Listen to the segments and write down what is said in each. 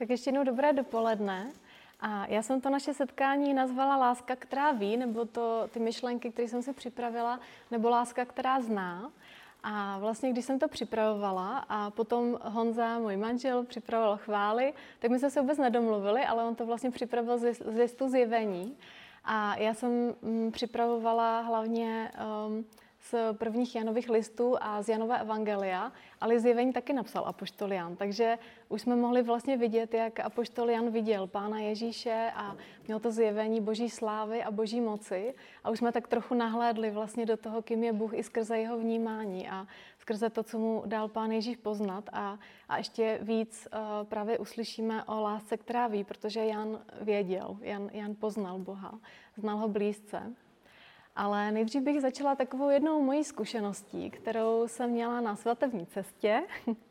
Tak ještě jednou dobré dopoledne. A já jsem to naše setkání nazvala Láska, která ví, nebo ty myšlenky, které jsem si připravila, nebo Láska, která zná. A vlastně, když jsem to připravovala a potom Honza, můj manžel, připravoval chvály, tak my jsme se vůbec nedomluvili, ale on to vlastně připravil z listu Zjevení. A já jsem připravovala hlavně z prvních Janových listů a z Janova evangelia, ale Zjevení taky napsal apoštol Jan. Takže už jsme mohli vlastně vidět, jak apoštol Jan viděl Pána Ježíše a měl to zjevení Boží slávy a Boží moci. A už jsme tak trochu nahlédli vlastně do toho, kým je Bůh i skrze jeho vnímání a skrze to, co mu dal Pán Ježíš poznat. A ještě víc právě uslyšíme o lásce, která ví, protože Jan věděl, Jan poznal Boha, znal ho blízce. Ale nejdřív bych začala takovou jednou mojí zkušeností, kterou jsem měla na svatební cestě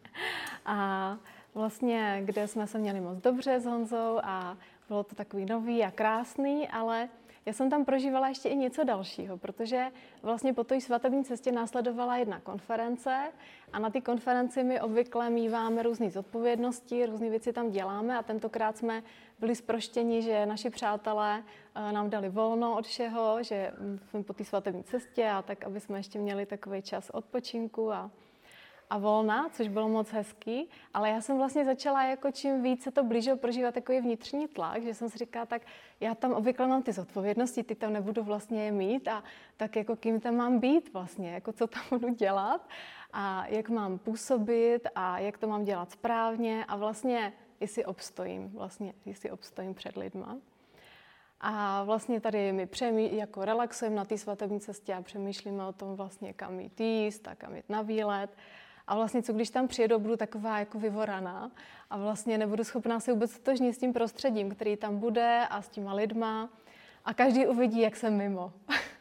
a vlastně, kde jsme se měli moc dobře s Honzou a bylo to takový nový a krásný, ale já jsem tam prožívala ještě i něco dalšího, protože vlastně po té svatební cestě následovala jedna konference a na té konferenci my obvykle míváme různé zodpovědnosti, různé věci tam děláme a tentokrát jsme byli zproštěni, že naši přátelé nám dali volno od všeho, že jsme po té svatební cestě a tak, aby jsme ještě měli takový čas odpočinku a volna, což bylo moc hezký, ale já jsem vlastně začala jako čím víc se to blížilo prožívat takový vnitřní tlak, že jsem si říkala, tak já tam obvykle mám ty zodpovědnosti, ty tam nebudu vlastně je mít a tak jako kým tam mám být vlastně, jako co tam budu dělat a jak mám působit a jak to mám dělat správně a vlastně jestli obstojím před lidma. A vlastně tady my jako relaxujeme na té svatební cestě a přemýšlíme o tom vlastně kam jít jíst a kam jít na výlet. A vlastně co když tam přijedu, budu taková jako vyvoraná a vlastně nebudu schopná se vůbec totožnit s tím prostředím, který tam bude a s těma lidma a každý uvidí, jak jsem mimo.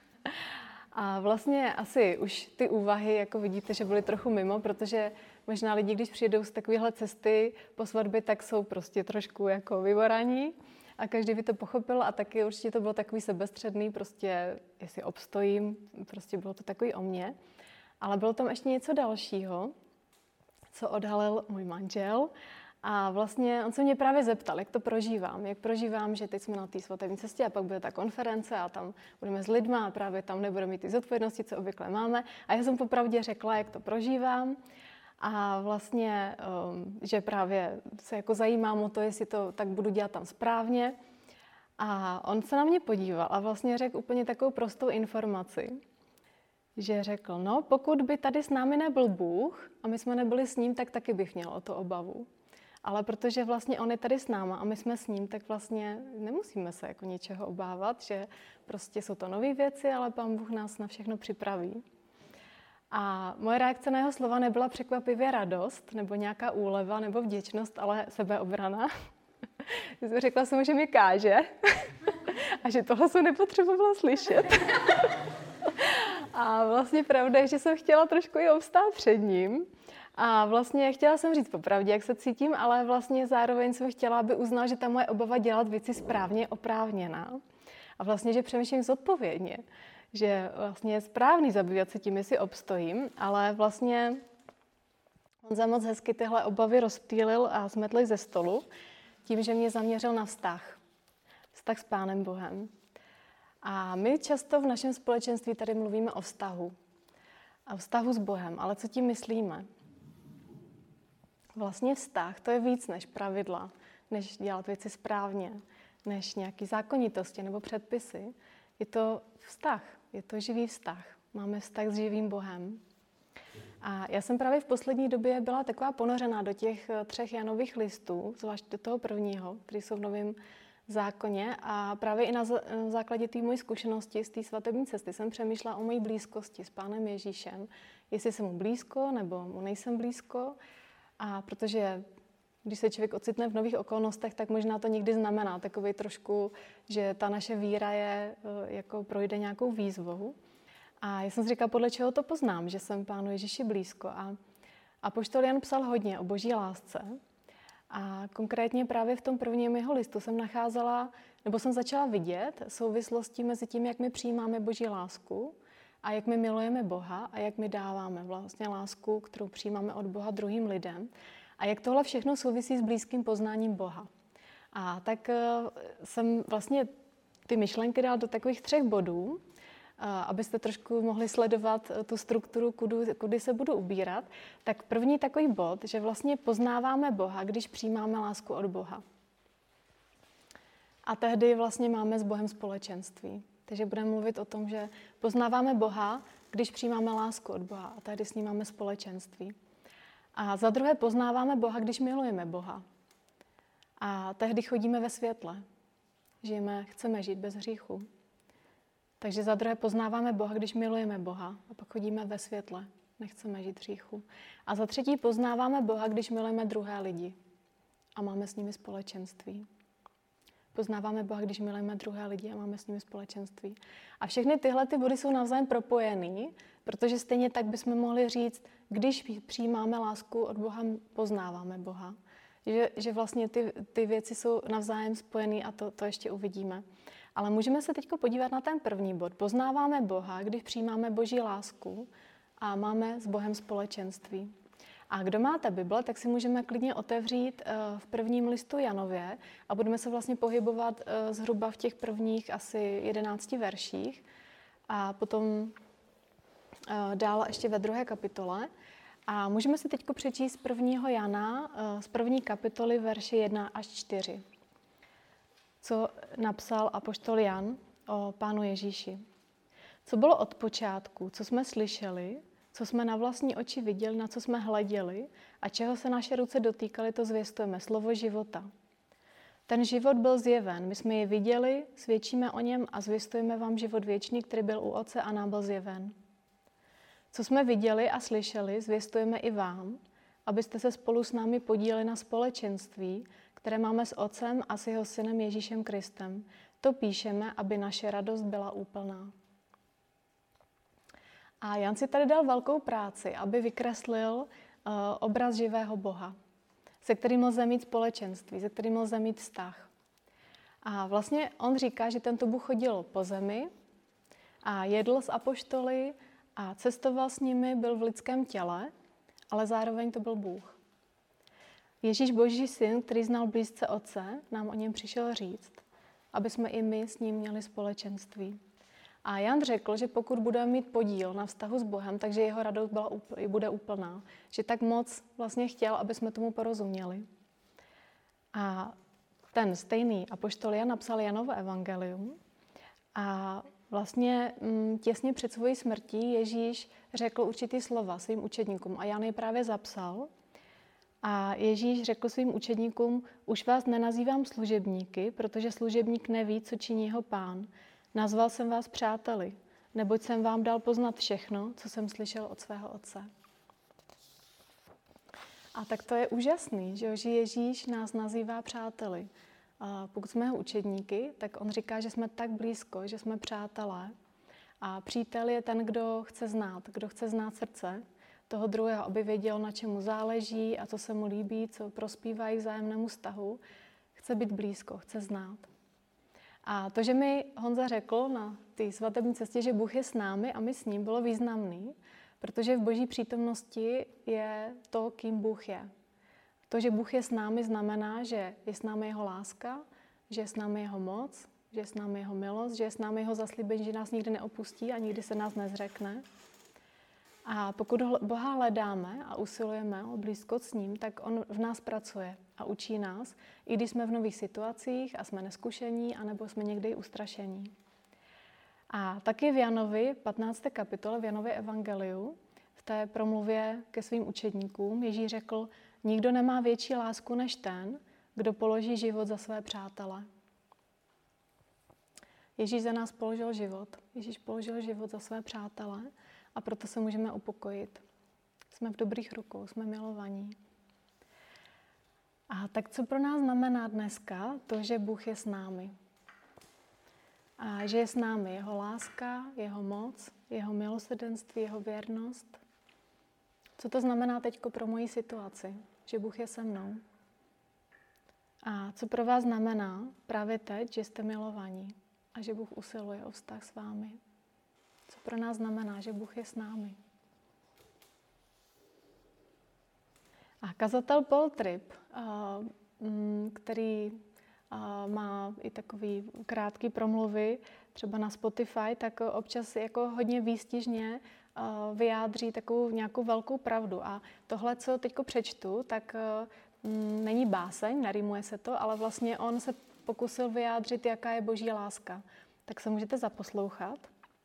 A vlastně asi už ty úvahy, jako vidíte, že byly trochu mimo, protože možná lidi, když přijedou z takovéhle cesty po svatbě, tak jsou prostě trošku jako vyvoraní a každý by to pochopil a taky určitě to bylo takový sebestředný, prostě jestli obstojím, prostě bylo to takový o mně. Ale bylo tam ještě něco dalšího, co odhalil můj manžel. A vlastně on se mě právě zeptal, jak to prožívám. Jak prožívám, že teď jsme na té svatební cestě a pak bude ta konference a tam budeme s lidma a právě tam nebudeme mít ty zodpovědnosti, co obvykle máme. A já jsem popravdě řekla, jak to prožívám. A vlastně, že právě se jako zajímám o to, jestli to tak budu dělat tam správně. A on se na mě podíval a vlastně řekl úplně takovou prostou informaci, že řekl, no pokud by tady s námi nebyl Bůh a my jsme nebyli s ním, tak taky bych měl o to obavu. Ale protože vlastně on je tady s náma a my jsme s ním, tak vlastně nemusíme se jako ničeho obávat, že prostě jsou to nové věci, ale Pán Bůh nás na všechno připraví. A moje reakce na jeho slova nebyla překvapivě radost, nebo nějaká úleva, nebo vděčnost, ale sebeobrana. Řekla jsem mu, že mi káže a že tohle jsem nepotřebovala slyšet. A vlastně pravda je, že jsem chtěla trošku i obstát před ním. A vlastně chtěla jsem říct popravdě, jak se cítím, ale vlastně zároveň jsem chtěla, aby uznal, že ta moje obava dělat věci správně je oprávněná. A vlastně, že přemýšlím zodpovědně. Že vlastně je správný zabývat se tím, jestli obstojím, ale vlastně on za moc hezky tyhle obavy rozptýlil a zmetl ze stolu tím, že mě zaměřil na vztah. Vztah s Pánem Bohem. A my často v našem společenství tady mluvíme o vztahu. A vztahu s Bohem. Ale co tím myslíme? Vlastně vztah to je víc než pravidla, než dělat věci správně, než nějaký zákonitosti nebo předpisy. Je to vztah, je to živý vztah. Máme vztah s živým Bohem. A já jsem právě v poslední době byla taková ponořená do těch 3 Janových listů, zvlášť do toho prvního, který jsou v Novém zákoně. A právě i na základě té mojí zkušenosti z té svatební cesty jsem přemýšlela o mojí blízkosti s Pánem Ježíšem. Jestli jsem mu blízko, nebo mu nejsem blízko. A protože když se člověk ocitne v nových okolnostech, tak možná to někdy znamená takový trošku, že ta naše víra je, jako projde nějakou výzvou. A já jsem si říkala, podle čeho to poznám, že jsem Pánu Ježíši blízko. A apoštol Jan psal hodně o boží lásce. A konkrétně právě v tom prvním jeho listu jsem nacházela, nebo jsem začala vidět souvislosti mezi tím, jak my přijímáme boží lásku a jak my milujeme Boha a jak my dáváme vlastně lásku, kterou přijímáme od Boha druhým lidem. A jak tohle všechno souvisí s blízkým poznáním Boha. A tak jsem vlastně ty myšlenky dal do takových 3 bodů, abyste trošku mohli sledovat tu strukturu, kudy se budu ubírat. Tak první takový bod, že vlastně poznáváme Boha, když přijímáme lásku od Boha. A tehdy vlastně máme s Bohem společenství. Takže budeme mluvit o tom, že poznáváme Boha, když přijímáme lásku od Boha. A tehdy s ním máme společenství. A za druhé poznáváme Boha, když milujeme Boha. A tehdy chodíme ve světle. Chceme žít bez hříchu. Takže za druhé poznáváme Boha, když milujeme Boha. A pak chodíme ve světle. Nechceme žít v hříchu. A za třetí poznáváme Boha, když milujeme druhé lidi. A máme s nimi společenství. Poznáváme Boha, když milujeme druhé lidi a máme s nimi společenství. A všechny tyhle ty body jsou navzájem propojený, protože stejně tak bychom mohli říct, když přijímáme lásku od Boha, poznáváme Boha. Že vlastně ty věci jsou navzájem spojený a to ještě uvidíme. Ale můžeme se teď podívat na ten první bod. Poznáváme Boha, když přijímáme Boží lásku a máme s Bohem společenství. A kdo máte Bible, tak si můžeme klidně otevřít v prvním listu Janově a budeme se vlastně pohybovat zhruba v těch prvních asi 11 verších a potom dál ještě ve 2. kapitole. A můžeme si teď přečíst 1. Jana z 1. kapitoly verše 1 až 4. Co napsal apoštol Jan o Pánu Ježíši. Co bylo od počátku, co jsme slyšeli, co jsme na vlastní oči viděli, na co jsme hleděli a čeho se naše ruce dotýkaly, to zvěstujeme, slovo života. Ten život byl zjeven, my jsme ji viděli, svědčíme o něm a zvěstujeme vám život věčný, který byl u Otce a nám byl zjeven. Co jsme viděli a slyšeli, zvěstujeme i vám, abyste se spolu s námi podíleli na společenství, které máme s Otcem a s jeho synem Ježíšem Kristem. To píšeme, aby naše radost byla úplná. A Jan si tady dal velkou práci, aby vykreslil obraz živého Boha, se kterým lze mít společenství, se kterým lze mít vztah. A vlastně on říká, že tento Bůh chodil po zemi a jedl s apoštoly a cestoval s nimi, byl v lidském těle, ale zároveň to byl Bůh. Ježíš Boží syn, který znal blízce Otce, nám o něm přišel říct, aby jsme i my s ním měli společenství. A Jan řekl, že pokud budeme mít podíl na vztahu s Bohem, takže jeho radost bude úplná. Že tak moc vlastně chtěl, aby jsme tomu porozuměli. A ten stejný apoštol Jan napsal Janovo evangelium a vlastně těsně před svojí smrtí Ježíš řekl určitý slova svým učedníkům a Jan je právě zapsal. A Ježíš řekl svým učedníkům, už vás nenazývám služebníky, protože služebník neví, co činí jeho pán. Nazval jsem vás přáteli, neboť jsem vám dal poznat všechno, co jsem slyšel od svého Otce. A tak to je úžasný, že Ježíš nás nazývá přáteli. A pokud jsme jeho učedníky, tak on říká, že jsme tak blízko, že jsme přátelé. A přítel je ten, kdo chce znát srdce toho druhého, aby věděl, na čemu záleží a co se mu líbí, co prospívají vzájemnému vztahu. Chce být blízko, chce znát. A to, že mi Honza řekl na té svatební cestě, že Bůh je s námi a my s ním, bylo významný, protože v Boží přítomnosti je to, kým Bůh je. To, že Bůh je s námi, znamená, že je s námi jeho láska, že je s námi jeho moc, že je s námi jeho milost, že je s námi jeho zaslíbení, že nás nikdy neopustí a nikdy se nás nezřekne. A pokud Boha hledáme a usilujeme o blízkost s ním, tak on v nás pracuje a učí nás, i když jsme v nových situacích a jsme neskušení, anebo jsme někdy ustrašení. A taky v Janovi, 15. kapitole, v Janově evangeliu, v té promluvě ke svým učedníkům, Ježíš řekl, nikdo nemá větší lásku než ten, kdo položí život za své přátele. Ježíš za nás položil život. Ježíš položil život za své přátele a proto se můžeme upokojit. Jsme v dobrých rukou, jsme milovaní. A tak co pro nás znamená dneska to, že Bůh je s námi? A že je s námi jeho láska, jeho moc, jeho milosrdenství, jeho věrnost. Co to znamená teďko pro moji situaci? Že Bůh je se mnou. A co pro vás znamená právě teď, že jste milovaní a že Bůh usiluje o vztah s vámi? Co pro nás znamená, že Bůh je s námi? A kazatel Paul Tripp, který má i takový krátký promluvy, třeba na Spotify, tak občas jako hodně výstižně vyjádří takovou nějakou velkou pravdu. A tohle, co teďko přečtu, tak není báseň, nerýmuje se to, ale vlastně on se pokusil vyjádřit, jaká je boží láska. Tak se můžete zaposlouchat.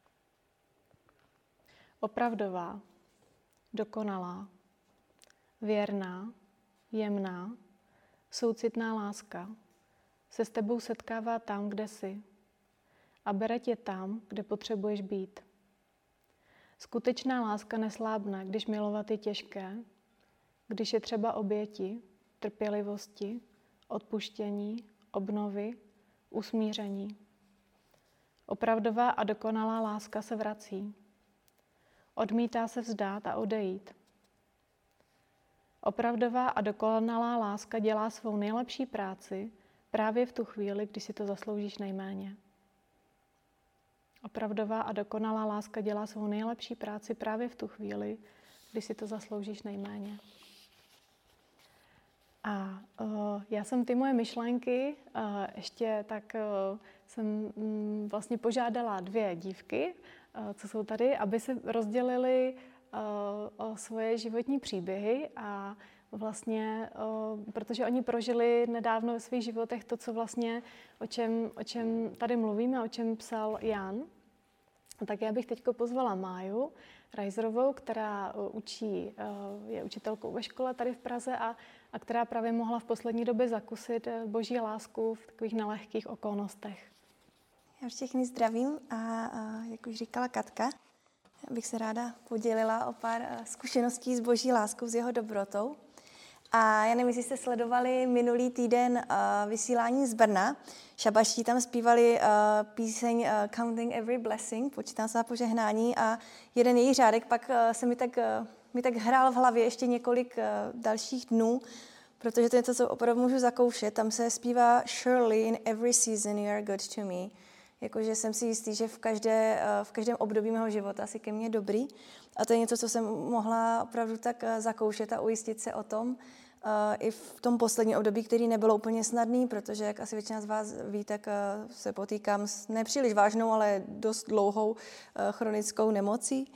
Opravdová, dokonalá, věrná, jemná, soucitná láska se s tebou setkává tam, kde jsi a bere tě tam, kde potřebuješ být. Skutečná láska neslábne, když milovat je těžké, když je třeba oběti, trpělivosti, odpuštění, obnovy, usmíření. Opravdová a dokonalá láska se vrací. Odmítá se vzdát a odejít. Opravdová a dokonalá láska dělá svou nejlepší práci právě v tu chvíli, kdy si to zasloužíš nejméně. Opravdová a dokonalá láska dělá svou nejlepší práci právě v tu chvíli, kdy si to zasloužíš nejméně. A já jsem ty moje myšlenky ještě tak jsem vlastně požádala 2 dívky, co jsou tady, aby se rozdělily o svoje životní příběhy a vlastně, protože oni prožili nedávno ve svých životech to, co vlastně, o čem tady mluvíme, o čem psal Jan. Tak já bych teď pozvala Máju Reiserovou, která je učitelkou ve škole tady v Praze a která právě mohla v poslední době zakusit boží lásku v takových nelehkých okolnostech. Já všechny zdravím a jak už říkala Katka, bych se ráda podělila o pár zkušeností s boží láskou, s jeho dobrotou. A já nevím, jestli jste sledovali minulý týden vysílání z Brna. Šabaští tam zpívali píseň Counting Every Blessing, počítám se na požehnání, a jeden její řádek pak se mi tak hrál v hlavě ještě několik dalších dnů, protože to je něco, co opravdu můžu zakoušet. Tam se zpívá Surely in every season you are good to me. Jakože jsem si jistý, že v každém období mého života si ke mně dobrý. A to je něco, co jsem mohla opravdu tak zakoušet a ujistit se o tom. I v tom posledním období, který nebylo úplně snadný, protože, jak asi většina z vás ví, tak se potýkám s nepříliš vážnou, ale dost dlouhou chronickou nemocí.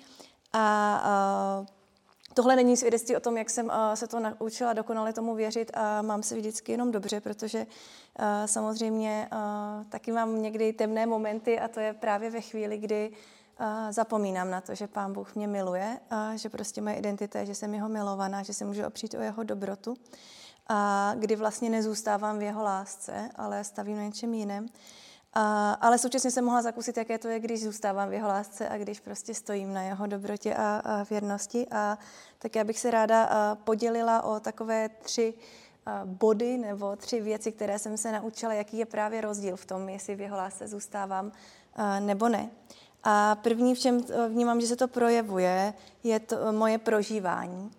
A tohle není svědectví o tom, jak jsem se to naučila dokonale tomu věřit a mám se vždycky jenom dobře, protože samozřejmě taky mám někdy temné momenty a to je právě ve chvíli, kdy zapomínám na to, že Pán Bůh mě miluje a že prostě moje identita je, že jsem jeho milovaná, že se můžu opřít o jeho dobrotu a kdy vlastně nezůstávám v jeho lásce, ale stavím na něčem jiném. Ale současně jsem mohla zakusit, jaké to je, když zůstávám v jeho lásce a když prostě stojím na jeho dobrotě a věrnosti. A tak já bych se ráda podělila o takové 3 body nebo 3 věci, které jsem se naučila, jaký je právě rozdíl v tom, jestli v jeho lásce zůstávám nebo ne. A první, v čem vnímám, že se to projevuje, je to moje prožívání.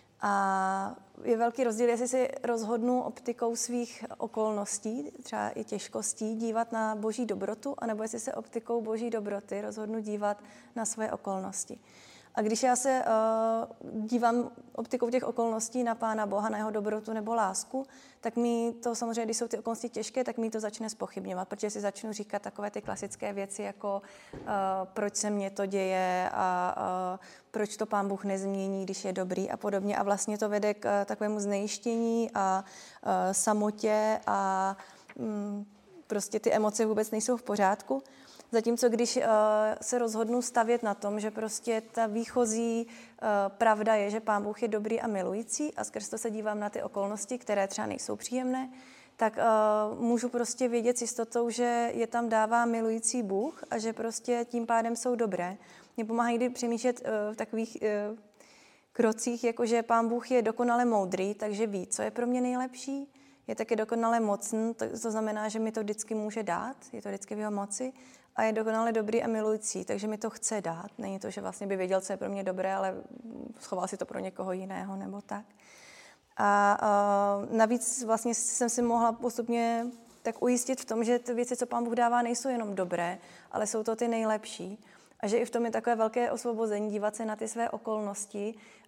A je velký rozdíl, jestli si rozhodnu optikou svých okolností, třeba i těžkostí, dívat na boží dobrotu, anebo jestli se optikou boží dobroty rozhodnu dívat na své okolnosti. A když já se dívám optikou těch okolností na Pána Boha, na jeho dobrotu nebo lásku, tak mi to samozřejmě, když jsou ty okolnosti těžké, tak mi to začne zpochybňovat, protože si začnu říkat takové ty klasické věci, jako proč se mně to děje a proč to Pán Bůh nezmění, když je dobrý a podobně. A vlastně to vede k takovému znejištění a samotě a prostě ty emoce vůbec nejsou v pořádku. Zatímco když se rozhodnu stavět na tom, že prostě ta výchozí pravda je, že Pán Bůh je dobrý a milující a skrz to se dívám na ty okolnosti, které třeba nejsou příjemné, tak můžu prostě vědět s jistotou, že je tam dává milující Bůh a že prostě tím pádem jsou dobré. Mě pomáhají kdy přemýšlet v takových krocích, jako že Pán Bůh je dokonale moudrý, takže ví, co je pro mě nejlepší. Je taky dokonale mocný, to znamená, že mi to vždycky může dát, je to vždycky v jeho moci. A je dokonale dobrý a milující, takže mi to chce dát. Není to, že vlastně by věděl, co je pro mě dobré, ale schoval si to pro někoho jiného nebo tak. A navíc vlastně jsem si mohla postupně tak ujistit v tom, že ty věci, co Pán Bůh dává, nejsou jenom dobré, ale jsou to ty nejlepší. A že i v tom je takové velké osvobození dívat se na ty své okolnosti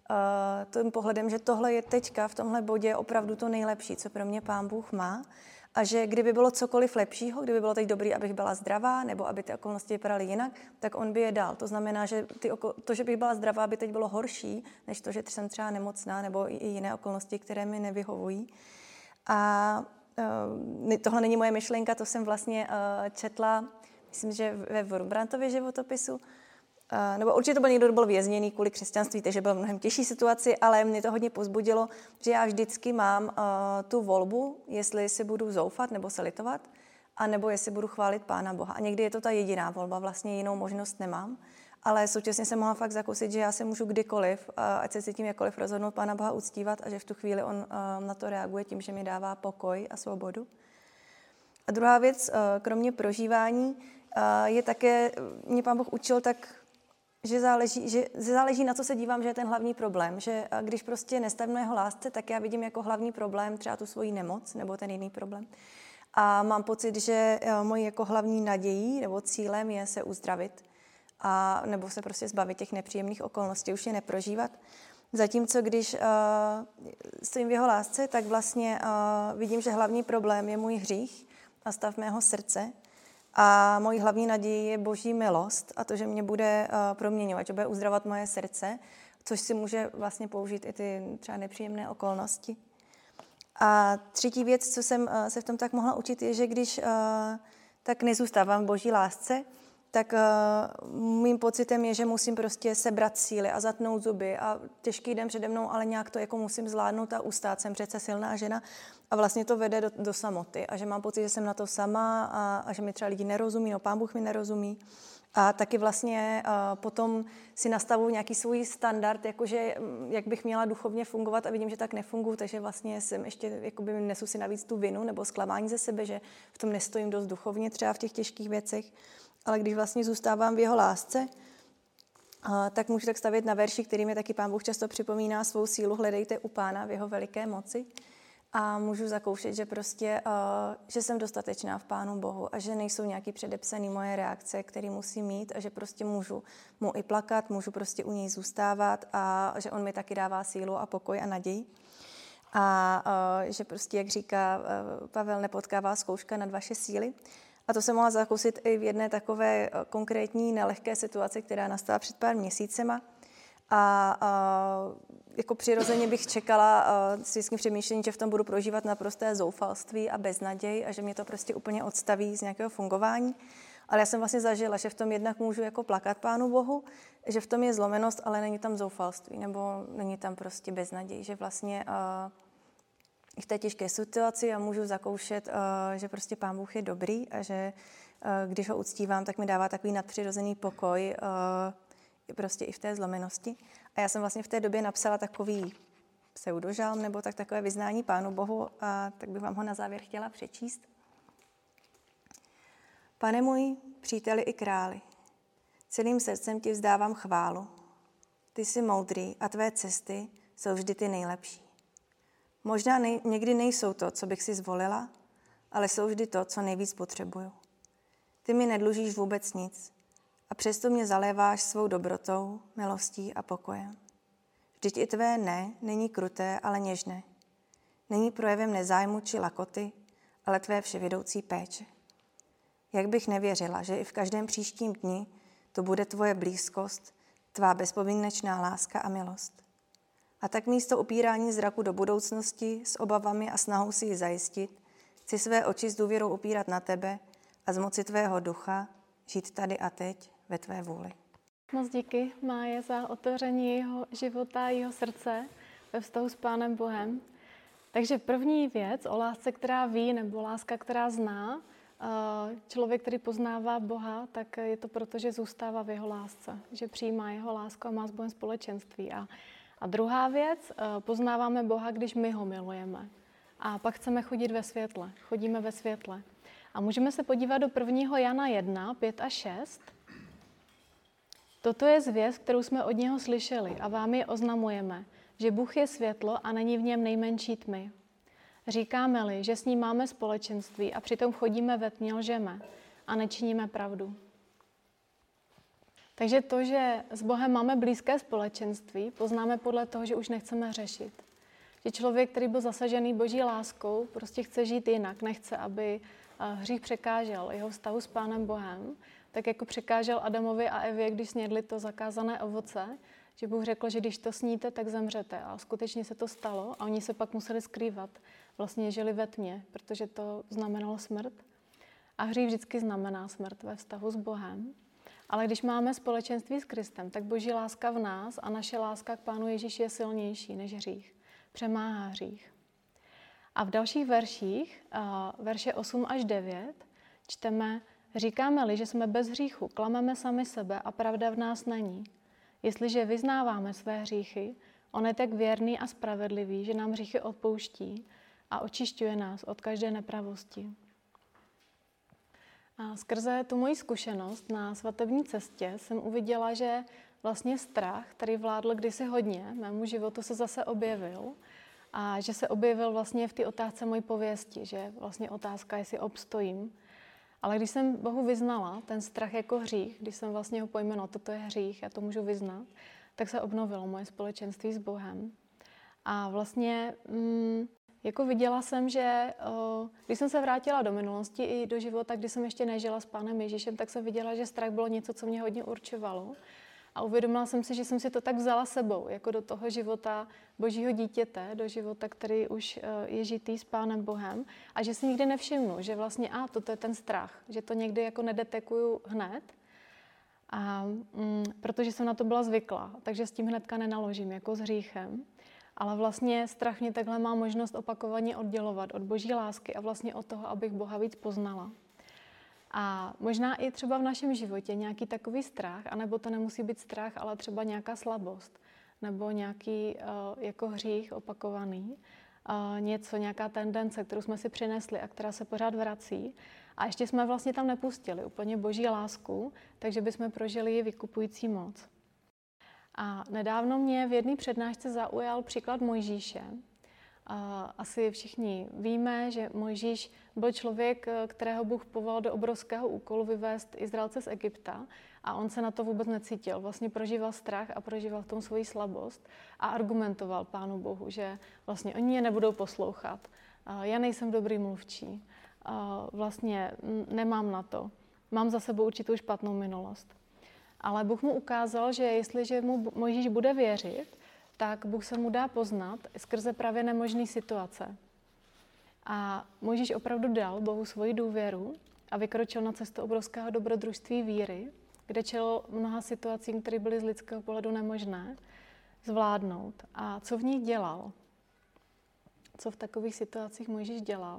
tím pohledem, že tohle je teďka v tomhle bodě opravdu to nejlepší, co pro mě Pán Bůh má. A že kdyby bylo cokoliv lepšího, kdyby bylo teď dobrý, abych byla zdravá, nebo aby ty okolnosti vypadaly jinak, tak on by je dal. To znamená, že to, že bych byla zdravá, by teď bylo horší, než to, že jsem třeba nemocná, nebo i jiné okolnosti, které mi nevyhovují. A tohle není moje myšlenka, to jsem vlastně četla, myslím, že ve Wurmbrantově životopisu, nebo určitě to byl někdo, kdo byl vězněný kvůli křesťanství, takže byl v mnohem těžší situaci, ale mě to hodně povzbudilo, že já vždycky mám tu volbu, jestli si budu zoufat nebo se litovat, anebo jestli budu chválit Pána Boha. A někdy je to ta jediná volba, vlastně jinou možnost nemám, ale současně jsem mohla fakt zakusit, že já se můžu kdykoliv, ať se cítím jakkoliv, rozhodnout Pána Boha uctívat a že v tu chvíli on na to reaguje tím, že mi dává pokoj a svobodu. A druhá věc, kromě prožívání, je také, mě Pán Bůh učil tak, že záleží, na co se dívám, že je ten hlavní problém. Že když prostě nestavím jeho lásce, tak já vidím jako hlavní problém třeba tu svoji nemoc nebo ten jiný problém. A mám pocit, že mojí jako hlavní nadějí nebo cílem je se uzdravit. A nebo se prostě zbavit těch nepříjemných okolností, už je neprožívat. Zatímco když stojím v jeho lásce, tak vlastně vidím, že hlavní problém je můj hřích a stav mého srdce. A mojí hlavní nadějí je Boží milost a to, že mě bude proměňovat, že bude uzdravovat moje srdce, což si může vlastně použít i ty třeba nepříjemné okolnosti. A třetí věc, co jsem se v tom tak mohla učit, je, že když tak nezůstávám v Boží lásce, tak mým pocitem je, že musím prostě sebrat síly a zatnout zuby a těžký den přede mnou, ale nějak to jako musím zvládnout a ustát. Jsem přece silná žena a vlastně to vede do samoty a že mám pocit, že jsem na to sama a že mi třeba lidi nerozumí, no Pán Bůh mi nerozumí. A taky vlastně potom si nastavuju nějaký svůj standard, jakože jak bych měla duchovně fungovat a vidím, že tak nefunguji, takže vlastně jsem ještě, jakoby nesu si navíc tu vinu nebo zklamání ze sebe, že v tom nestojím dost duchovně třeba v těch těžkých věcech. Ale když vlastně zůstávám v jeho lásce, tak můžu tak stavět na verši, který mi taky Pán Bůh často připomíná: svou sílu hledejte u Pána v jeho veliké moci. A můžu zakoušet, že prostě, že jsem dostatečná v Pánu Bohu a že nejsou nějaký předepsaný moje reakce, které musím mít a že prostě můžu mu i plakat, můžu prostě u něj zůstávat a že on mi taky dává sílu a pokoj a naději. A že prostě, jak říká Pavel, nepotkává zkouška nad vaše síly. A to jsem mohla zakousit i v jedné takové konkrétní nelehké situaci, která nastala před pár měsícema. A jako přirozeně bych čekala s vždyckým přemýšlením, že v tom budu prožívat naprosté zoufalství a beznaděj a že mě to prostě úplně odstaví z nějakého fungování. Ale já jsem vlastně zažila, že v tom jednak můžu jako plakat Pánu Bohu, že v tom je zlomenost, ale není tam zoufalství nebo není tam prostě beznaděj, že vlastně i v té těžké situaci já můžu zakoušet, že prostě Pán Bůh je dobrý a že když ho uctívám, tak mi dává takový nadpřirozený pokoj prostě i v té zlomenosti. A já jsem vlastně v té době napsala takový pseudožalm nebo takové vyznání Pánu Bohu a tak bych vám ho na závěr chtěla přečíst. Pane můj, příteli i králi, celým srdcem ti vzdávám chválu. Ty jsi moudrý a tvé cesty jsou vždy ty nejlepší. Možná někdy nejsou to, co bych si zvolila, ale jsou vždy to, co nejvíc potřebuju. Ty mi nedlužíš vůbec nic a přesto mě zaléváš svou dobrotou, milostí a pokojem. Vždyť i tvé ne není kruté, ale něžné. Není projevem nezájmu či lakoty, ale tvé vševědoucí péče. Jak bych nevěřila, že i v každém příštím dni to bude tvoje blízkost, tvá bezpodmínečná láska a milost. A tak místo upírání zraku do budoucnosti s obavami a snahou si ji zajistit, chci své oči s důvěrou upírat na tebe a z moci tvého ducha žít tady a teď ve tvé vůli. Moc díky, Máje, za otevření jeho života, jeho srdce ve vztahu s Pánem Bohem. Takže první věc o lásce, která ví, nebo láska, která zná, člověk, který poznává Boha, tak je to proto, že zůstává v jeho lásce, že přijímá jeho lásku a má s Bohem společenství. A druhá věc, poznáváme Boha, když my ho milujeme. A pak chceme chodit ve světle, chodíme ve světle. A můžeme se podívat do 1. Jana 1, 5 a 6. Toto je zvěst, kterou jsme od něho slyšeli a vám je oznamujeme, že Bůh je světlo a není v něm nejmenší tmy. Říkáme-li, že s ním máme společenství a přitom chodíme ve tmě, lžeme a nečiníme pravdu. Takže to, že s Bohem máme blízké společenství, poznáme podle toho, že už nechceme řešit. Že člověk, který byl zasažený Boží láskou, prostě chce žít jinak, nechce, aby hřích překážel jeho vztahu s Pánem Bohem, tak jako překážel Adamovi a Evě, když snědli to zakázané ovoce, že Bůh řekl, že když to sníte, tak zemřete. A skutečně se to stalo a oni se pak museli skrývat. Vlastně žili ve tmě, protože to znamenalo smrt. A hřích vždycky znamená smrt ve vztahu s Bohem. Ale když máme společenství s Kristem, tak Boží láska v nás a naše láska k Pánu Ježíši je silnější než hřích. Přemáhá hřích. A v dalších verších, verše 8 až 9, čteme: říkáme-li, že jsme bez hříchu, klameme sami sebe a pravda v nás není. Jestliže vyznáváme své hříchy, on je tak věrný a spravedlivý, že nám hříchy odpouští a očišťuje nás od každé nepravosti. A skrze tu moji zkušenost na svatební cestě jsem uviděla, že vlastně strach, který vládl kdysi hodně, mému životu se zase objevil a že se objevil vlastně v té otázce mojí pověsti, že vlastně otázka, jestli obstojím. Ale když jsem Bohu vyznala ten strach jako hřích, když jsem vlastně ho pojmenovala, toto je hřích, já to můžu vyznat, tak se obnovilo moje společenství s Bohem. A vlastně jako viděla jsem, že když jsem se vrátila do minulosti i do života, kdy jsem ještě nežila s Pánem Ježíšem, tak jsem viděla, že strach bylo něco, co mě hodně určovalo. A uvědomila jsem si, že jsem si to tak vzala sebou, jako do toho života Božího dítěte, do života, který už je žitý s Pánem Bohem, a že si nikdy nevšimnu, že vlastně toto je ten strach, že to někdy jako nedetekuju hned, a protože jsem na to byla zvyklá, takže s tím hnedka nenaložím, jako s hříchem. Ale vlastně strach mě takhle má možnost opakovaně oddělovat od Boží lásky a vlastně od toho, abych Boha víc poznala. A možná i třeba v našem životě nějaký takový strach, anebo to nemusí být strach, ale třeba nějaká slabost, nebo nějaký jako hřích opakovaný, nějaká tendence, kterou jsme si přinesli a která se pořád vrací. A ještě jsme vlastně tam nepustili úplně Boží lásku, takže bychom prožili vykupující moc. A nedávno mě v jedné přednášce zaujal příklad Mojžíše. Asi všichni víme, že Mojžíš byl člověk, kterého Bůh povolal do obrovského úkolu vyvést Izraelce z Egypta a on se na to vůbec necítil. Vlastně prožíval strach a prožíval v tom svoji slabost a argumentoval Pánu Bohu, že vlastně oni je nebudou poslouchat. Já nejsem dobrý mluvčí. Vlastně nemám na to. Mám za sebou určitou špatnou minulost. Ale Bůh mu ukázal, že jestliže mu Mojžíš bude věřit, tak Bůh se mu dá poznat skrze právě nemožné situace. A Mojžíš opravdu dal Bohu svoji důvěru a vykročil na cestu obrovského dobrodružství víry, kde čelil mnoha situacím, které byly z lidského pohledu nemožné zvládnout. A co v nich dělal? Co v takových situacích Mojžíš dělal?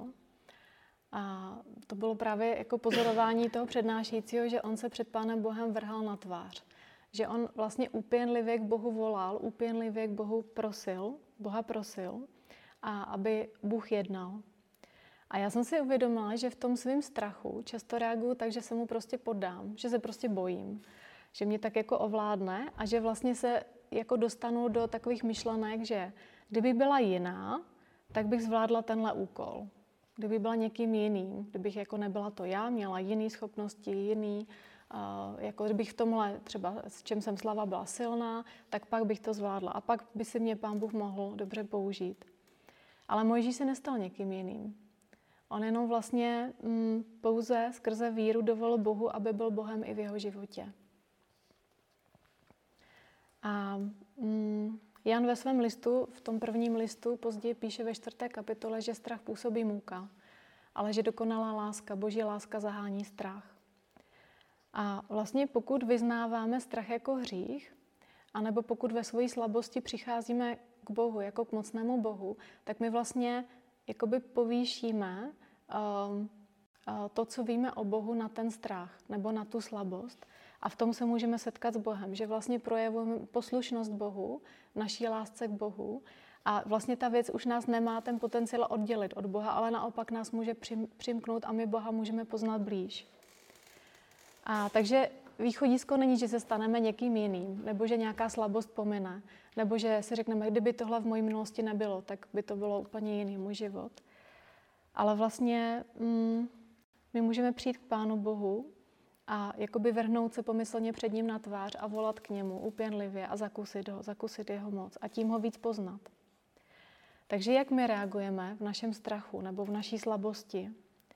A to bylo právě jako pozorování toho přednášejícího, že on se před Pánem Bohem vrhal na tvář. Že on vlastně úpěnlivě k Bohu volal, úpěnlivě k Bohu Boha prosil, a aby Bůh jednal. A já jsem si uvědomila, že v tom svém strachu často reaguju tak, že se mu prostě poddám, že se prostě bojím, že mě tak jako ovládne a že vlastně se jako dostanu do takových myšlenek, že kdyby byla jiná, tak bych zvládla tenhle úkol. Kdyby byla někým jiným, kdybych jako nebyla to já, měla jiné schopnosti, jako kdybych v tomhle třeba, s čem jsem slava, byla silná, tak pak bych to zvládla a pak by si mě Pán Bůh mohl dobře použít. Ale Mojžíš se nestal někým jiným. On jenom vlastně pouze skrze víru dovolil Bohu, aby byl Bohem i v jeho životě. A Jan ve svém listu, v tom prvním listu, později píše ve 4. kapitole, že strach působí můka, ale že dokonalá láska, Boží láska zahání strach. A vlastně pokud vyznáváme strach jako hřích, anebo pokud ve své slabosti přicházíme k Bohu, jako k mocnému Bohu, tak my vlastně jakoby povýšíme to, co víme o Bohu, na ten strach nebo na tu slabost. A v tom se můžeme setkat s Bohem, že vlastně projevujeme poslušnost Bohu, naší lásce k Bohu. A vlastně ta věc už nás nemá ten potenciál oddělit od Boha, ale naopak nás může přimknout a my Boha můžeme poznat blíž. A takže východisko není, že se staneme někým jiným, nebo že nějaká slabost pomine, nebo že si řekneme, kdyby tohle v mojí minulosti nebylo, tak by to bylo úplně jiný můj život. Ale vlastně my můžeme přijít k Pánu Bohu a jakoby vrhnout se pomyslně před ním na tvář a volat k němu úpěnlivě a zakusit jeho moc a tím ho víc poznat. Takže jak my reagujeme v našem strachu nebo v naší slabosti?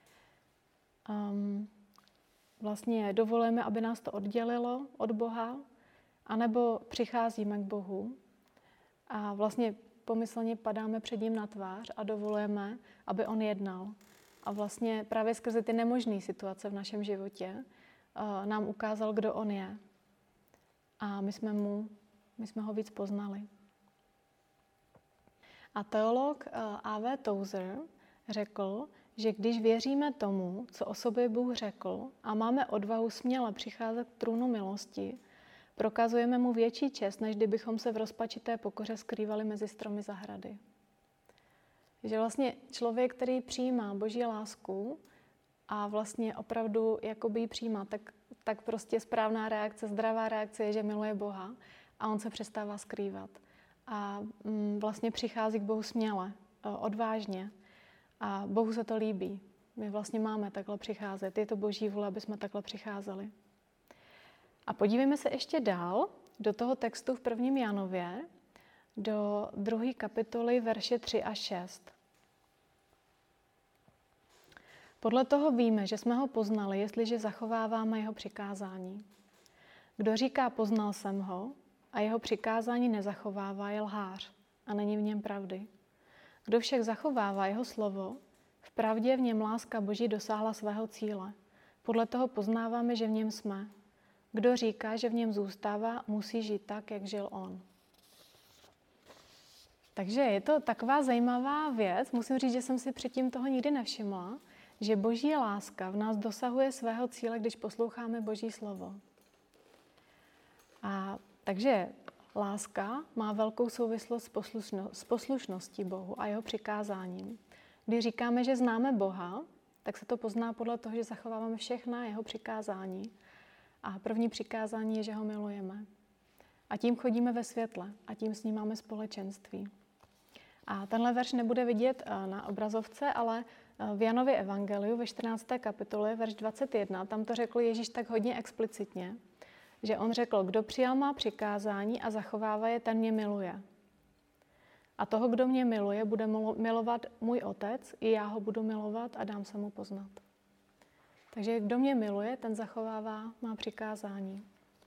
Vlastně dovolujeme, aby nás to oddělilo od Boha, anebo přicházíme k Bohu a vlastně pomyslně padáme před ním na tvář a dovolujeme, aby on jednal. A vlastně právě skrze ty nemožné situace v našem životě nám ukázal, kdo on je. A my jsme ho víc poznali. A teolog A.W. Tozer řekl, že když věříme tomu, co o sobě Bůh řekl a máme odvahu směle přicházet k trůnu milosti, prokazujeme mu větší čest, než kdybychom se v rozpačité pokoře skrývali mezi stromy zahrady. Že vlastně člověk, který přijímá Boží lásku a vlastně opravdu jakoby ji přijímá, tak prostě správná reakce, zdravá reakce je, že miluje Boha a on se přestává skrývat. A vlastně přichází k Bohu směle, odvážně. A Bohu se to líbí. My vlastně máme takhle přicházet. Je to Boží vůle, aby jsme takhle přicházeli. A podívejme se ještě dál do toho textu v 1. Janově, do 2. kapitoly, verše 3 a 6. Podle toho víme, že jsme ho poznali, jestliže zachováváme jeho přikázání. Kdo říká, poznal jsem ho, a jeho přikázání nezachovává, je lhář a není v něm pravdy. Kdo však zachovává jeho slovo, v pravdě v něm láska Boží dosáhla svého cíle. Podle toho poznáváme, že v něm jsme. Kdo říká, že v něm zůstává, musí žít tak, jak žil on. Takže je to taková zajímavá věc. Musím říct, že jsem si předtím toho nikdy nevšimla, že Boží láska v nás dosahuje svého cíle, když posloucháme Boží slovo. A takže láska má velkou souvislost s poslušností Bohu a jeho přikázáním. Když říkáme, že známe Boha, tak se to pozná podle toho, že zachováváme všechna jeho přikázání. A první přikázání je, že ho milujeme. A tím chodíme ve světle a tím s ním máme společenství. A tenhle verš nebude vidět na obrazovce, ale v Janově evangeliu ve 14. kapitole, verš 21, tam to řekl Ježíš tak hodně explicitně, že on řekl, kdo přijal má přikázání a zachovává je, ten mě miluje. A toho, kdo mě miluje, bude milovat můj otec, i já ho budu milovat a dám se mu poznat. Takže kdo mě miluje, ten zachovává má přikázání.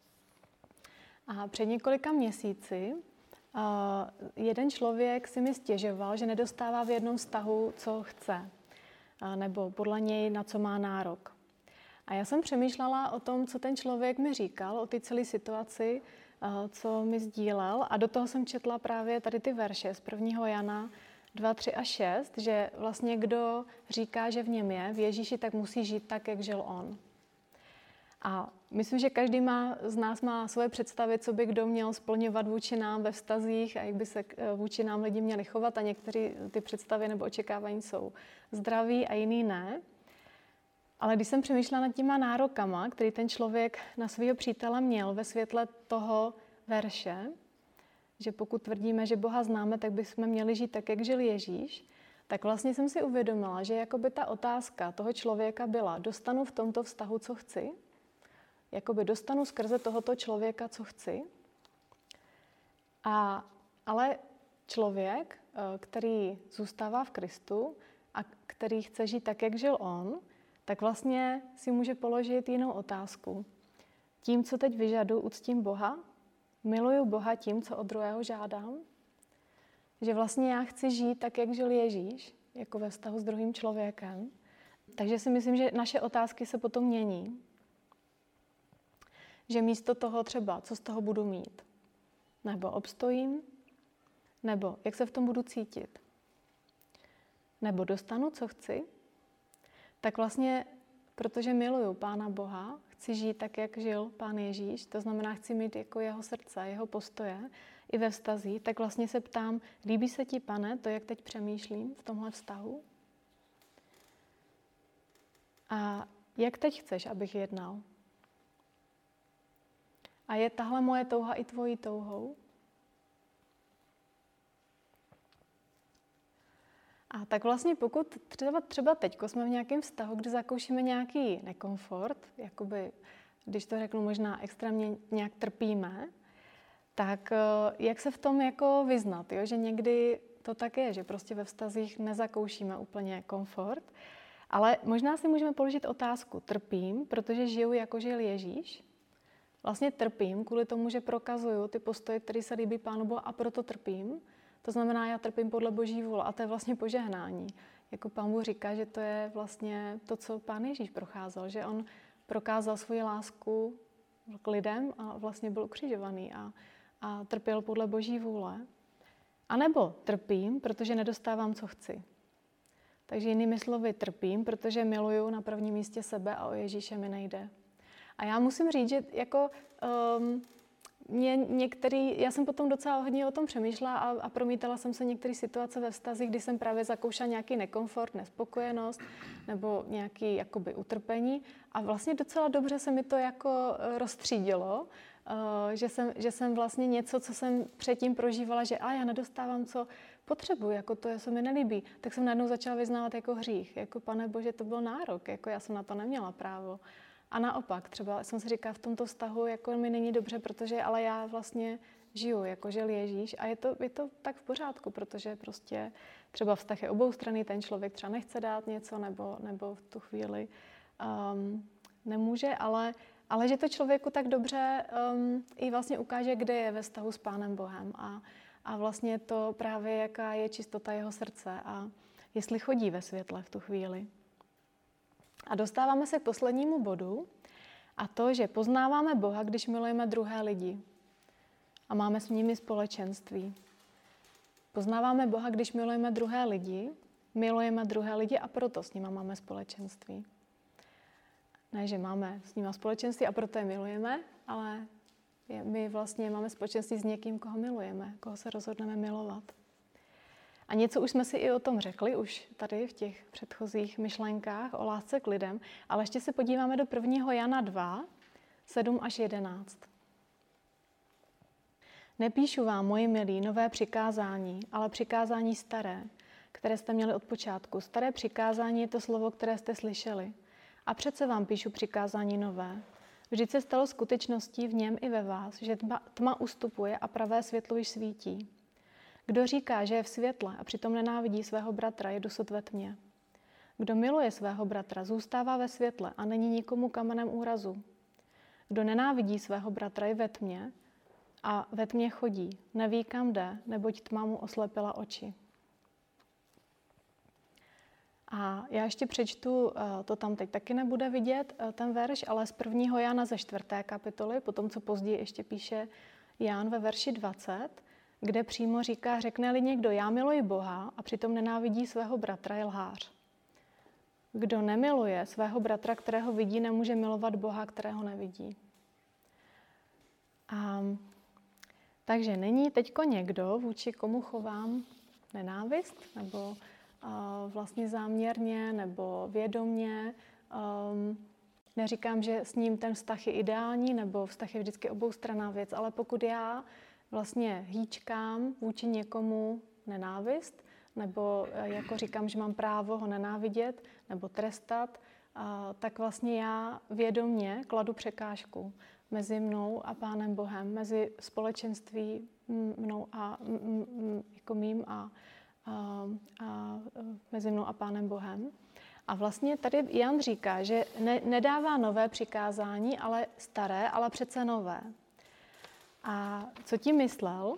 A před několika měsíci jeden člověk si mi stěžoval, že nedostává v jednom vztahu, co chce, nebo podle něj, na co má nárok. A já jsem přemýšlela o tom, co ten člověk mi říkal, o té celé situaci, co mi sdílel. A do toho jsem četla právě tady ty verše z 1. Jana 2, 3 a 6, že vlastně kdo říká, že v něm je, v Ježíši, tak musí žít tak, jak žil on. A myslím, že každý z nás má svoje představy, co by kdo měl splňovat vůči nám ve vztazích a jak by se vůči nám lidi měli chovat. A některé ty představy nebo očekávání jsou zdraví a jiný ne. Ale když jsem přemýšlela nad těma nárokama, který ten člověk na svého přítele měl ve světle toho verše, že pokud tvrdíme, že Boha známe, tak bychom měli žít tak, jak žil Ježíš, tak vlastně jsem si uvědomila, že jakoby ta otázka toho člověka byla, dostanu v tomto vztahu, co chci? Jakoby dostanu skrze tohoto člověka, co chci? Ale člověk, který zůstává v Kristu a který chce žít tak, jak žil on, tak vlastně si může položit jinou otázku. Tím, co teď vyžadu, uctím Boha? Miluju Boha tím, co od druhého žádám? Že vlastně já chci žít tak, jak žil Ježíš, jako ve vztahu s druhým člověkem. Takže si myslím, že naše otázky se potom mění. Že místo toho třeba, co z toho budu mít? Nebo obstojím? Nebo jak se v tom budu cítit? Nebo dostanu, co chci? Tak vlastně, protože miluju Pána Boha, chci žít tak, jak žil Pán Ježíš, to znamená, chci mít jako jeho srdce, jeho postoje i ve vztazích, tak vlastně se ptám, líbí se ti, Pane, to, jak teď přemýšlím v tomhle vztahu? A jak teď chceš, abych jednal? A je tahle moje touha i tvojí touhou? A tak vlastně pokud třeba teďko jsme v nějakém vztahu, kde zakoušíme nějaký nekomfort, jakoby, když to řeknu možná extrémně nějak trpíme, tak jak se v tom jako vyznat, jo? Že někdy to tak je, že prostě ve vztazích nezakoušíme úplně komfort, ale možná si můžeme položit otázku, trpím, protože žiju jako žil Ježíš? Vlastně trpím kvůli tomu, že prokazuju ty postoje, které se líbí Pánu Bohu a proto trpím. To znamená, já trpím podle Boží vůle a to je vlastně požehnání. Jako Pán Bůh říká, že to je vlastně to, co Pán Ježíš procházel, že on prokázal svoji lásku k lidem a vlastně byl ukřižovaný a trpěl podle Boží vůle. A nebo trpím, protože nedostávám, co chci. Takže jinými slovy trpím, protože miluju na prvním místě sebe a o Ježíše mi nejde. A já musím říct, že jako já jsem potom docela hodně o tom přemýšlela a promítala jsem se některé situace ve vztazích, kdy jsem právě zakoušela nějaký nekomfort, nespokojenost nebo nějaký jakoby utrpení a vlastně docela dobře se mi to jako rozstřídilo, že jsem vlastně něco, co jsem předtím prožívala, že já nedostávám, co potřebuji, jako to se mi nelíbí, tak jsem najednou začala vyznávat jako hřích, jako Pane Bože, to byl nárok, jako já jsem na to neměla právo. A naopak, třeba jsem si říkala, v tomto vztahu jako mi není dobře, protože ale já vlastně žiju, jako žil Ježíš a je to tak v pořádku, protože prostě třeba vztah je oboustranný, ten člověk třeba nechce dát něco nebo v tu chvíli nemůže, ale že to člověku tak dobře i vlastně ukáže, kde je ve vztahu s Pánem Bohem a vlastně to právě, jaká je čistota jeho srdce a jestli chodí ve světle v tu chvíli. A dostáváme se k poslednímu bodu a to, že poznáváme Boha, když milujeme druhé lidi a máme s nimi společenství. Poznáváme Boha, když milujeme druhé lidi a proto s nimi máme společenství. Ne, že máme s nimi společenství a proto je milujeme, ale my vlastně máme společenství s někým, koho milujeme, koho se rozhodneme milovat. A něco už jsme si i o tom řekli, už tady v těch předchozích myšlenkách o lásce k lidem, ale ještě se podíváme do 1. Jana 2, 7 až 11. Nepíšu vám, moji milí, nové přikázání, ale přikázání staré, které jste měli od počátku. Staré přikázání je to slovo, které jste slyšeli. A přece vám píšu přikázání nové. Vždyť se stalo skutečností v něm i ve vás, že tma ustupuje a pravé světlo již svítí. Kdo říká, že je v světle a přitom nenávidí svého bratra, je dosud ve tmě. Kdo miluje svého bratra, zůstává ve světle a není nikomu kamenem úrazu. Kdo nenávidí svého bratra, je ve tmě a ve tmě chodí. Neví, kam jde, neboť tma mu oslepila oči. A já ještě přečtu, to tam teď taky nebude vidět, ten verš, ale z 1. Jana ze 4. kapitoly, potom co později ještě píše Jan ve verši 20, kde přímo říká, řekne-li někdo, já miluji Boha a přitom nenávidí svého bratra, je lhář. Kdo nemiluje svého bratra, kterého vidí, nemůže milovat Boha, kterého nevidí. Takže není teďko někdo, vůči komu chovám nenávist, nebo vlastně záměrně, nebo vědomně. Neříkám, že s ním ten vztah je ideální, nebo vztah je vždycky oboustranná věc, ale pokud já vlastně hýčkám vůči někomu nenávist, nebo jako říkám, že mám právo ho nenávidět nebo trestat, tak vlastně já vědomně kladu překážku mezi mnou a Pánem Bohem, mezi společenství mnou a jako mým a mezi mnou a Pánem Bohem. A vlastně tady Jan říká, že nedává nové přikázání, ale staré, ale přece nové. A co tím myslel?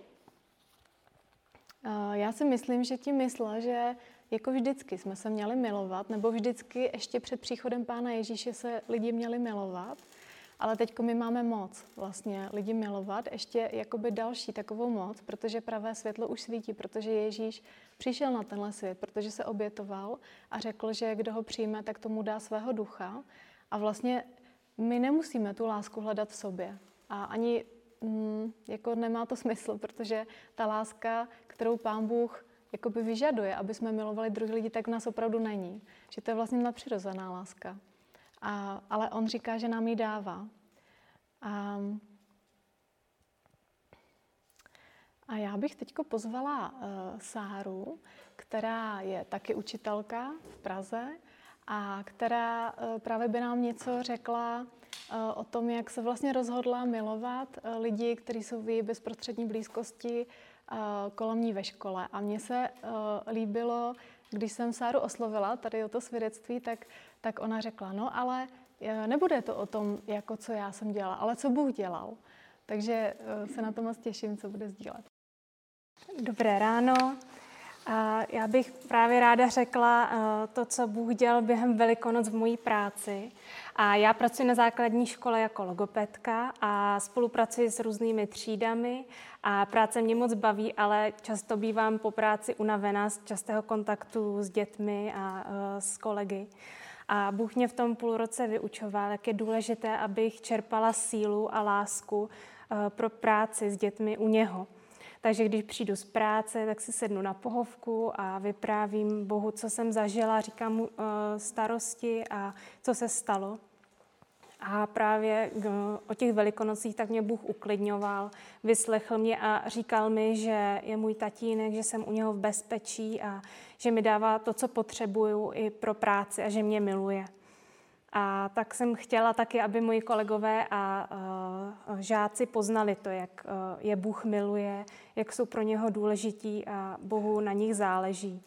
Já si myslím, že tím myslel, že jako vždycky jsme se měli milovat, nebo vždycky ještě před příchodem Pána Ježíše se lidi měli milovat, ale teďko my máme moc vlastně lidi milovat, ještě jakoby další takovou moc, protože pravé světlo už svítí, protože Ježíš přišel na tenhle svět, protože se obětoval a řekl, že kdo ho přijme, tak tomu dá svého ducha. A vlastně my nemusíme tu lásku hledat v sobě. A ani jako nemá to smysl, protože ta láska, kterou Pán Bůh jakoby vyžaduje, aby jsme milovali druhý lidi, tak v nás opravdu není. Že to je vlastně nadpřirozená láska. Ale on říká, že nám ji A já bych teď pozvala Sáru, která je taky učitelka v Praze a která právě by nám něco řekla o tom, jak se vlastně rozhodla milovat lidi, kteří jsou v její bezprostřední blízkosti kolem ní ve škole. A mně se líbilo, když jsem Sáru oslovila tady o to svědectví, tak ona řekla, no ale nebude to o tom, jako co já jsem dělala, ale co Bůh dělal. Takže se na to moc těším, co bude sdílet. Dobré ráno. Já bych právě ráda řekla to, co Bůh dělal během Velikonoc v mojí práci. A já pracuji na základní škole jako logopedka a spolupracuji s různými třídami a práce mě moc baví, ale často bývám po práci unavená z častého kontaktu s dětmi a s kolegy. A Bůh mě v tom půlroce vyučoval, jak je důležité, abych čerpala sílu a lásku pro práci s dětmi u něho. Takže když přijdu z práce, tak si sednu na pohovku a vyprávím Bohu, co jsem zažila, říkám mu starosti a co se stalo. A právě o těch Velikonocích tak mě Bůh uklidňoval, vyslechl mě a říkal mi, že je můj tatínek, že jsem u něho v bezpečí a že mi dává to, co potřebuju i pro práci a že mě miluje. A tak jsem chtěla taky, aby moji kolegové a žáci poznali to, jak je Bůh miluje, jak jsou pro něho důležití a Bohu na nich záleží.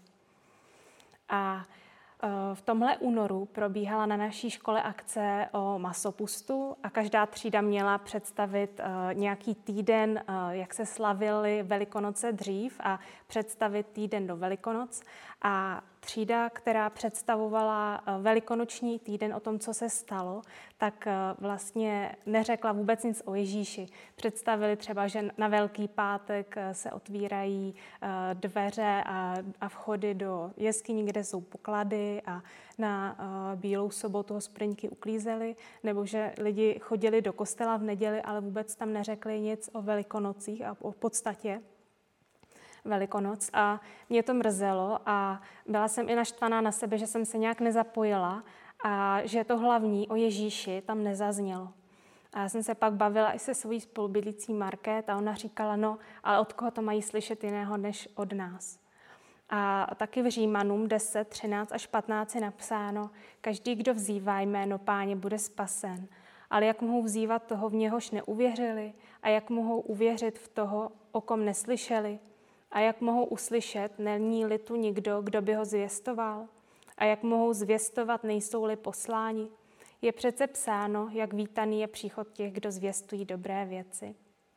A v tomhle únoru probíhala na naší škole akce o masopustu a každá třída měla představit nějaký týden, jak se slavily Velikonoce dřív a představit týden do Velikonoc. A třída, která představovala velikonoční týden o tom, co se stalo, tak vlastně neřekla vůbec nic o Ježíši. Představili třeba, že na Velký pátek se otvírají dveře a vchody do jeskyní, kde jsou poklady a na Bílou sobotu hospodyňky uklízely, nebo že lidi chodili do kostela v neděli, ale vůbec tam neřekli nic o Velikonocích a o podstatě Velikonoc a mě to mrzelo a byla jsem i naštvaná na sebe, že jsem se nějak nezapojila a že to hlavní o Ježíši tam nezaznělo. A já jsem se pak bavila i se svojí spolubydlící Market a ona říkala, no, ale od koho to mají slyšet jiného než od nás. A taky v Římanům 10, 13 až 15 je napsáno, každý, kdo vzývá jméno Páně, bude spasen. Ale jak mohou vzývat toho, v něhož neuvěřili? A jak mohou uvěřit v toho, o kom neslyšeli? A jak mohou uslyšet, není-li tu nikdo, kdo by ho zvěstoval? A jak mohou zvěstovat, nejsou-li posláni? Je přece psáno, jak vítaný je příchod těch, kdo zvěstují dobré věci.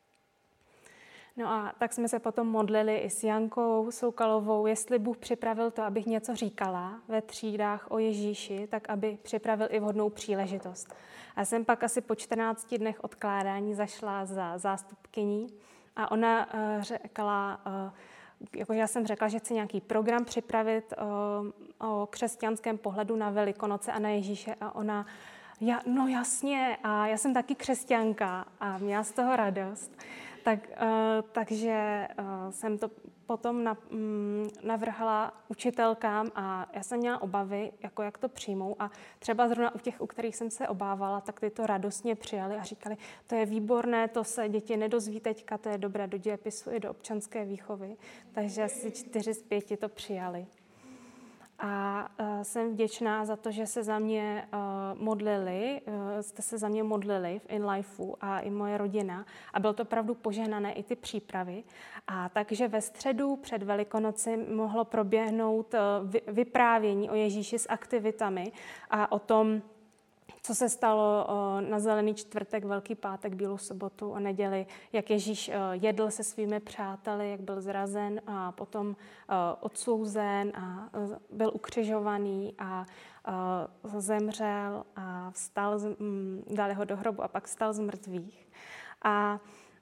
No a tak jsme se potom modlili i s Jankou Soukalovou, jestli Bůh připravil to, abych něco říkala ve třídách o Ježíši, tak aby připravil i vhodnou příležitost. A jsem pak asi po 14 dnech odkládání zašla za zástupkyní a ona řekla, jakože já jsem řekla, že chci nějaký program připravit o křesťanském pohledu na Velikonoce a na Ježíše a ona, no jasně, a já jsem taky křesťanka a měla z toho radost. Takže jsem to potom navrhla učitelkám a já jsem měla obavy, jako jak to přijmou a třeba zrovna u těch, u kterých jsem se obávala, tak ty to radostně přijali a říkali, to je výborné, to se děti nedozví teďka, to je dobré do dějepisu i do občanské výchovy. Takže asi 4 z 5 to přijali. A jsem vděčná za to, že se za mě jste se za mě modlili v InLifeu a i moje rodina. A bylo to opravdu požehnané i ty přípravy. A takže ve středu před Velikonoci mohlo proběhnout vyprávění o Ježíši s aktivitami a o tom, co se stalo na Zelený čtvrtek, Velký pátek, Bílou sobotu a neděli, jak Ježíš jedl se svými přáteli, jak byl zrazen a potom odsouzen a byl ukřižovaný a zemřel a vstal, dali ho do hrobu a pak vstal z mrtvých. A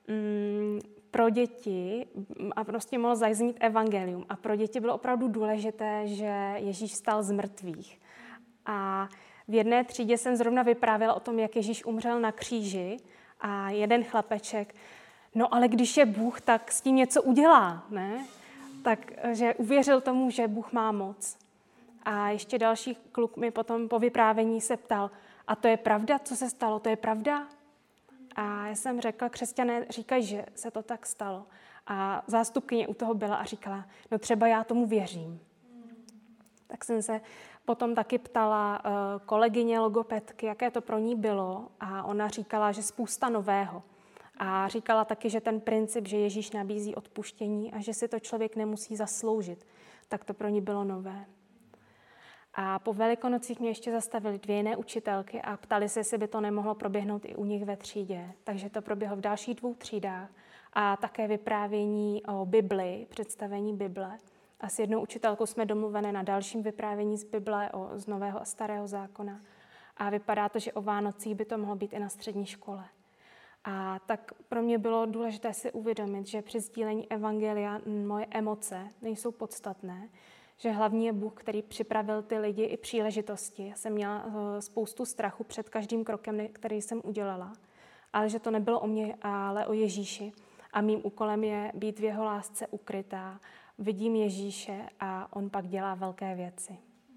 pro děti, a prostě mohlo zaznít evangelium, a pro děti bylo opravdu důležité, že Ježíš vstal z mrtvých. A v jedné třídě jsem zrovna vyprávěla o tom, jak Ježíš umřel na kříži a jeden chlapeček, no ale když je Bůh, tak s tím něco udělá, ne? Takže uvěřil tomu, že Bůh má moc. A ještě další kluk mi potom po vyprávění se ptal, a to je pravda, co se stalo, to je pravda? A já jsem řekla, křesťané říkají, že se to tak stalo. A zástupkyně u toho byla a říkala, no třeba já tomu věřím. Tak jsem se potom taky ptala kolegyně logopedky, jaké to pro ní bylo, a ona říkala, že spousta nového. A říkala taky, že ten princip, že Ježíš nabízí odpuštění a že si to člověk nemusí zasloužit, tak to pro ní bylo nové. A po Velikonocích mě ještě zastavili 2 jiné učitelky a ptali se, jestli by to nemohlo proběhnout i u nich ve třídě. Takže to proběhlo v dalších 2 třídách a také vyprávění o Bibli, představení Bible. A s jednou učitelkou jsme domluvené na dalším vyprávění z Bible z Nového a Starého zákona. A vypadá to, že o Vánocích by to mohlo být i na střední škole. A tak pro mě bylo důležité si uvědomit, že při sdílení evangelia moje emoce nejsou podstatné, že hlavní je Bůh, který připravil ty lidi i příležitosti. Já jsem měla spoustu strachu před každým krokem, který jsem udělala, ale že to nebylo o mě, ale o Ježíši. A mým úkolem je být v jeho lásce ukrytá. Vidím Ježíše a on pak dělá velké věci.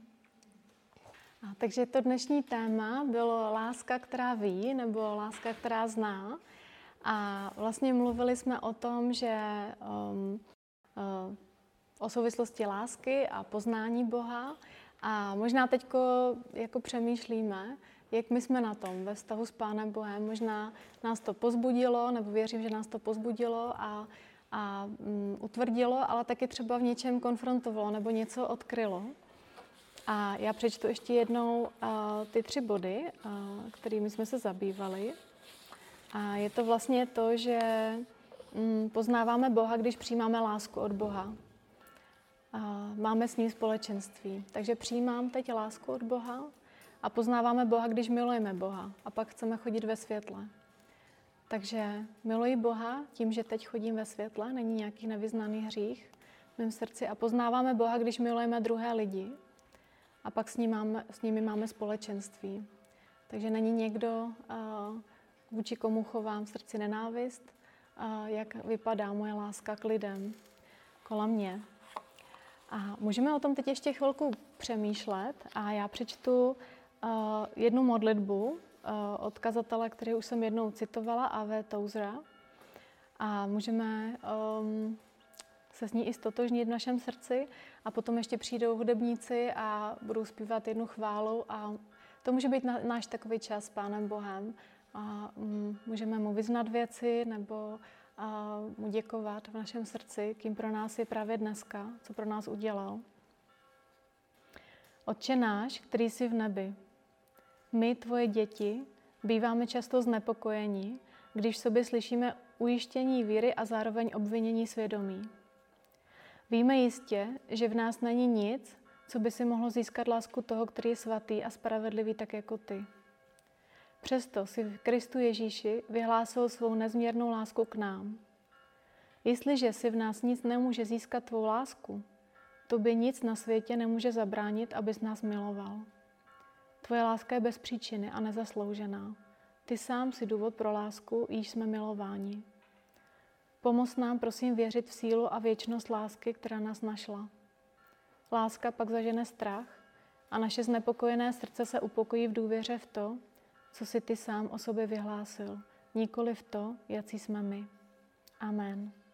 Takže to dnešní téma bylo láska, která ví, nebo láska, která zná. A vlastně mluvili jsme o tom, že o souvislosti lásky a poznání Boha. A možná teď jako přemýšlíme, jak my jsme na tom ve vztahu s Pánem Bohem. Možná nás to pozbudilo, nebo věřím, že nás to pozbudilo a utvrdilo, ale taky třeba v něčem konfrontovalo nebo něco odkrylo. A já přečtu ještě jednou ty 3 body, kterými jsme se zabývali. A je to vlastně to, že poznáváme Boha, když přijímáme lásku od Boha. Máme s ním společenství. Takže přijímám teď lásku od Boha a poznáváme Boha, když milujeme Boha. A pak chceme chodit ve světle. Takže miluji Boha tím, že teď chodím ve světle, není nějaký nevyznaný hřích v mém srdci. A poznáváme Boha, když milujeme druhé lidi. A pak s nimi máme společenství. Takže není někdo, vůči komu chovám v srdci nenávist, jak vypadá moje láska k lidem kolem mě. A můžeme o tom teď ještě chvilku přemýšlet a já přečtu jednu modlitbu od kazatele, který už jsem jednou citovala, A.W. Tozera. A můžeme se s ní i stotožnit v našem srdci a potom ještě přijdou hudebníci a budou zpívat jednu chválu a to může být náš takový čas s Pánem Bohem. A můžeme mu vyznat věci nebo mu děkovat v našem srdci, kým pro nás je právě dneska, co pro nás udělal. Otče náš, který jsi v nebi, my, tvoje děti, býváme často znepokojeni, když v sobě slyšíme ujištění víry a zároveň obvinění svědomí. Víme jistě, že v nás není nic, co by si mohlo získat lásku toho, který je svatý a spravedlivý tak jako ty. Přesto si v Kristu Ježíši vyhlásil svou nezměrnou lásku k nám. Jestliže si v nás nic nemůže získat tvou lásku, tobě nic na světě nemůže zabránit, abys nás miloval. Tvoje láska je bez příčiny a nezasloužená. Ty sám si důvod pro lásku, jíž jsme milováni. Pomoz nám, prosím, věřit v sílu a věčnost lásky, která nás našla. Láska pak zažene strach a naše znepokojené srdce se upokojí v důvěře v to, co si ty sám o sobě vyhlásil, nikoli v to, jací jsme my. Amen.